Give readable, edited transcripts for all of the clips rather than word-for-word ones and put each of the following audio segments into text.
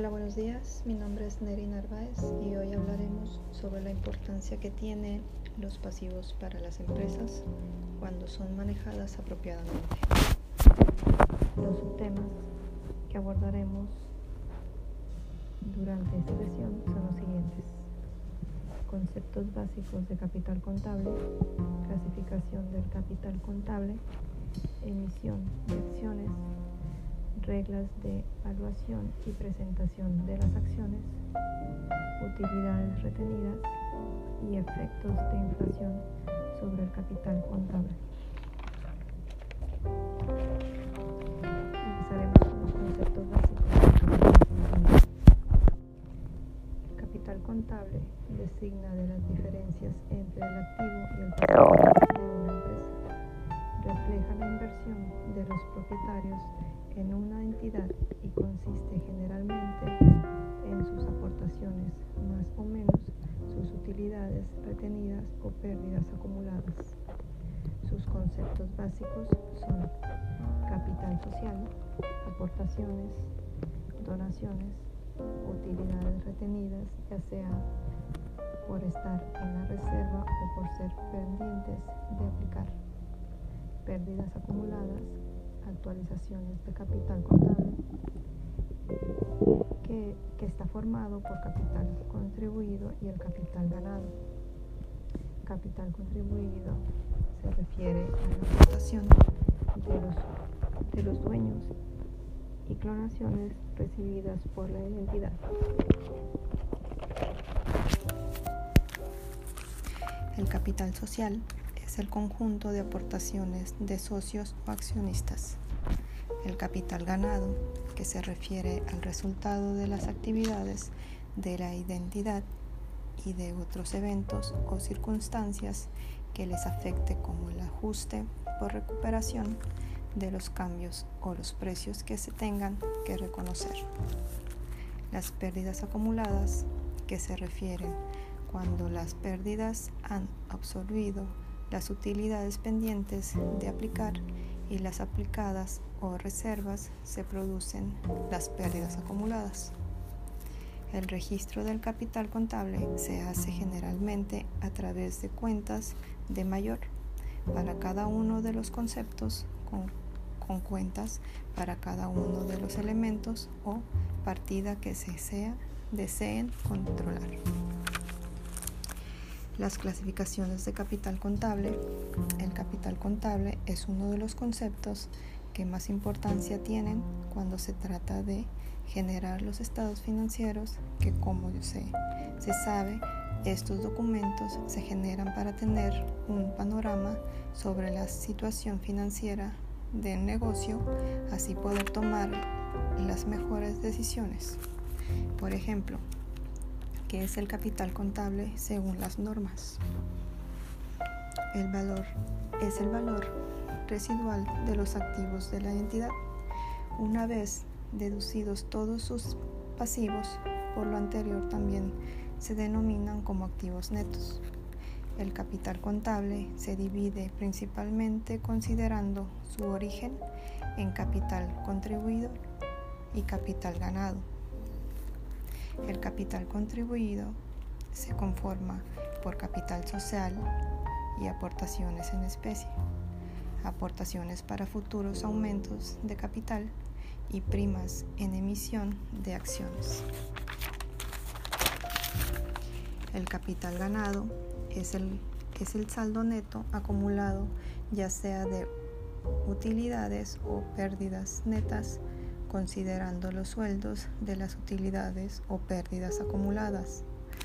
Hola, buenos días. Mi nombre es Neri Narváez y hoy hablaremos sobre la importancia que tienen los pasivos para las empresas cuando son manejadas apropiadamente. Los subtemas que abordaremos durante esta sesión son los siguientes: conceptos básicos de capital contable, clasificación del capital contable, emisión de acciones, reglas de evaluación y presentación de las acciones, utilidades retenidas y efectos de inflación sobre el capital contable. Empezaremos con los conceptos básicos del capital contable. El capital contable designa de las diferencias entre el activo y el pasivo de una empresa. Refleja la inversión de los propietarios en una entidad y consiste generalmente en sus aportaciones más o menos sus utilidades retenidas o pérdidas acumuladas. Sus conceptos básicos son capital social, aportaciones, donaciones, utilidades retenidas, ya sea por estar en la reserva o por ser pendientes de aplicar, pérdidas acumuladas, actualizaciones de capital contable, que está formado por capital contribuido y el capital ganado. Capital contribuido se refiere a la aportación de los dueños y clonaciones recibidas por la entidad. El capital social es el conjunto de aportaciones de socios o accionistas. El capital ganado, que se refiere al resultado de las actividades de la entidad y de otros eventos o circunstancias que les afecte, como el ajuste por recuperación de los cambios o los precios que se tengan que reconocer. Las pérdidas acumuladas, que se refieren cuando las pérdidas han absorbido las utilidades pendientes de aplicar y las aplicadas o reservas se producen las pérdidas acumuladas. El registro del capital contable se hace generalmente a través de cuentas de mayor para cada uno de los conceptos, con cuentas para cada uno de los elementos o partida que deseen controlar. Las clasificaciones de capital contable. El capital contable es uno de los conceptos que más importancia tienen cuando se trata de generar los estados financieros, que, como se sabe, estos documentos se generan para tener un panorama sobre la situación financiera del negocio, así poder tomar las mejores decisiones. Por ejemplo, ¿qué es el capital contable según las normas? El valor es el valor residual de los activos de la entidad, una vez deducidos todos sus pasivos. Por lo anterior, también se denominan como activos netos. El capital contable se divide principalmente considerando su origen en capital contribuido y capital ganado. El capital contribuido se conforma por capital social y aportaciones en especie, aportaciones para futuros aumentos de capital y primas en emisión de acciones. El capital ganado es el saldo neto acumulado, ya sea de utilidades o pérdidas netas, considerando los sueldos de las utilidades o pérdidas acumuladas.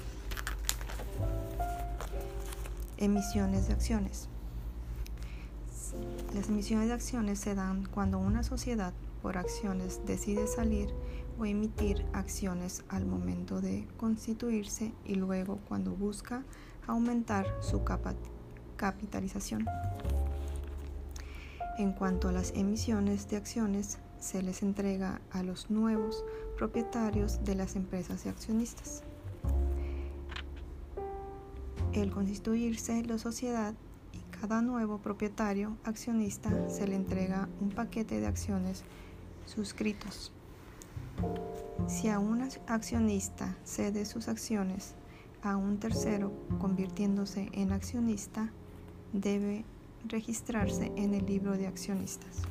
Emisiones de acciones. Las emisiones de acciones se dan cuando una sociedad por acciones decide salir o emitir acciones al momento de constituirse y luego cuando busca aumentar su capitalización. En cuanto a las emisiones de acciones, se les entrega a los nuevos propietarios de las empresas y accionistas. El constituirse la sociedad y cada nuevo propietario accionista se le entrega un paquete de acciones suscritos. Si a un accionista cede sus acciones a un tercero convirtiéndose en accionista, debe registrarse en el libro de accionistas.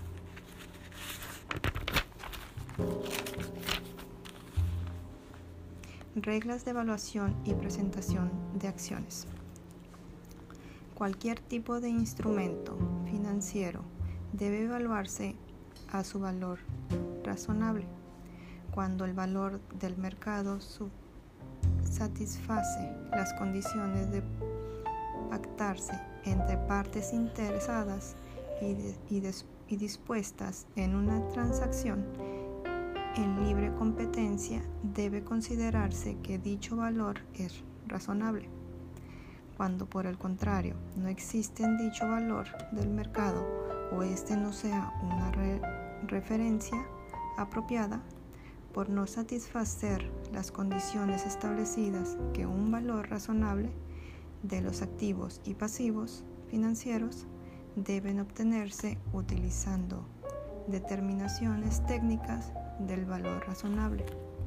Reglas de evaluación y presentación de acciones. Cualquier tipo de instrumento financiero debe evaluarse a su valor razonable. Cuando el valor del mercado satisface las condiciones de pactarse entre partes interesadas y dispuestas en una transacción en libre competencia, debe considerarse que dicho valor es razonable. Cuando por el contrario no existe en dicho valor del mercado o este no sea una referencia apropiada, por no satisfacer las condiciones establecidas que un valor razonable de los activos y pasivos financieros deben obtenerse utilizando determinaciones técnicas del valor razonable.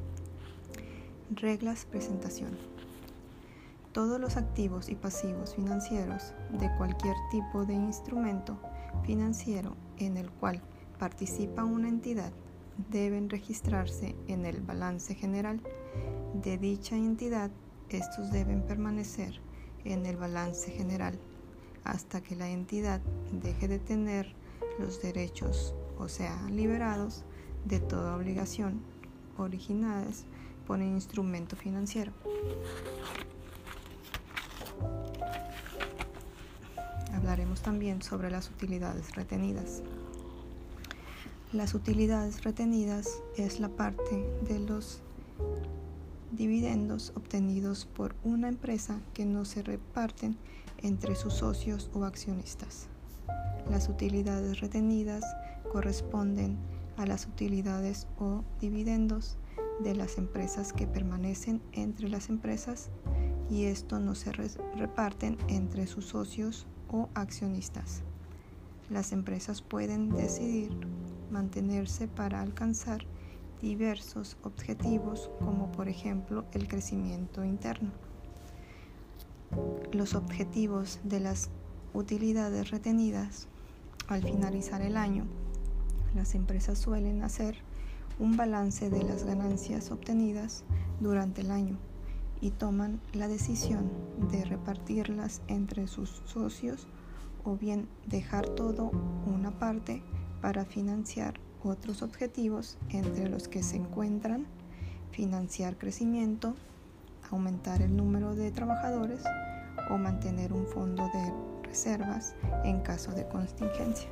Reglas presentación. Todos los activos y pasivos financieros de cualquier tipo de instrumento financiero en el cual participa una entidad deben registrarse en el balance general de dicha entidad. Estos deben permanecer en el balance general hasta que la entidad deje de tener los derechos o sean liberados de toda obligación originadas por el instrumento financiero. Hablaremos también sobre las utilidades retenidas. Las utilidades retenidas es la parte de los dividendos obtenidos por una empresa que no se reparten entre sus socios o accionistas. Las utilidades retenidas corresponden a las utilidades o dividendos de las empresas que permanecen entre las empresas y esto no se reparten entre sus socios o accionistas. Las empresas pueden decidir mantenerse para alcanzar diversos objetivos, como por ejemplo el crecimiento interno. Los objetivos de las utilidades retenidas. Al finalizar el año, las empresas suelen hacer un balance de las ganancias obtenidas durante el año y toman la decisión de repartirlas entre sus socios o bien dejar todo una parte para financiar otros objetivos, entre los que se encuentran financiar crecimiento, aumentar el número de trabajadores o mantener un fondo de reservas en caso de contingencia.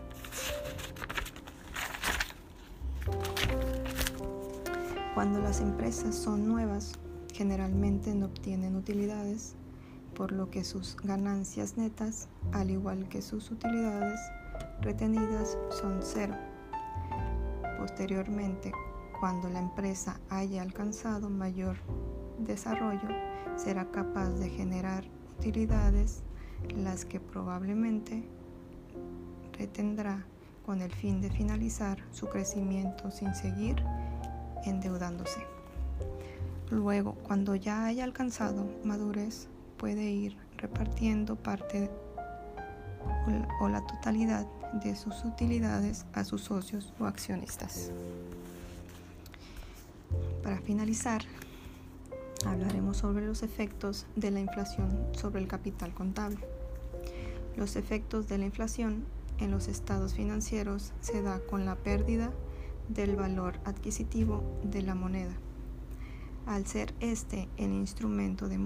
Cuando las empresas son nuevas, generalmente no obtienen utilidades, por lo que sus ganancias netas, al igual que sus utilidades retenidas, son cero. Posteriormente, cuando la empresa haya alcanzado mayor desarrollo, será capaz de generar utilidades, las que probablemente retendrá con el fin de finalizar su crecimiento sin seguir endeudándose. Luego, cuando ya haya alcanzado madurez, puede ir repartiendo parte o la totalidad de sus utilidades a sus socios o accionistas. Para finalizar, hablaremos sobre los efectos de la inflación sobre el capital contable. Los efectos de la inflación en los estados financieros se da con la pérdida del valor adquisitivo de la moneda. Al ser este el instrumento de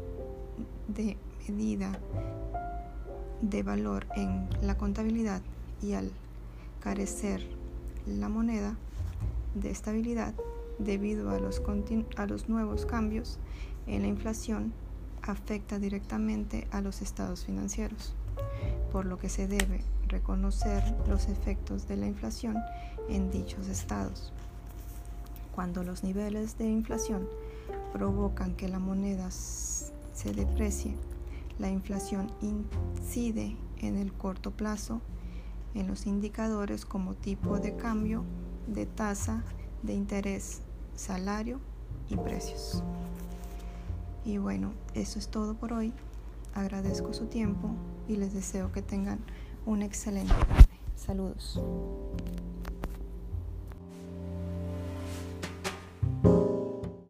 medida de valor en la contabilidad y al carecer la moneda de estabilidad debido a los nuevos cambios en la inflación, afecta directamente a los estados financieros, por lo que se debe reconocer los efectos de la inflación en dichos estados. Cuando los niveles de inflación provocan que la moneda se deprecie, la inflación incide en el corto plazo en los indicadores como tipo de cambio, de tasa de interés salario y precios. Y bueno, eso es todo por hoy. Agradezco su tiempo y les deseo que tengan una excelente tarde. Saludos.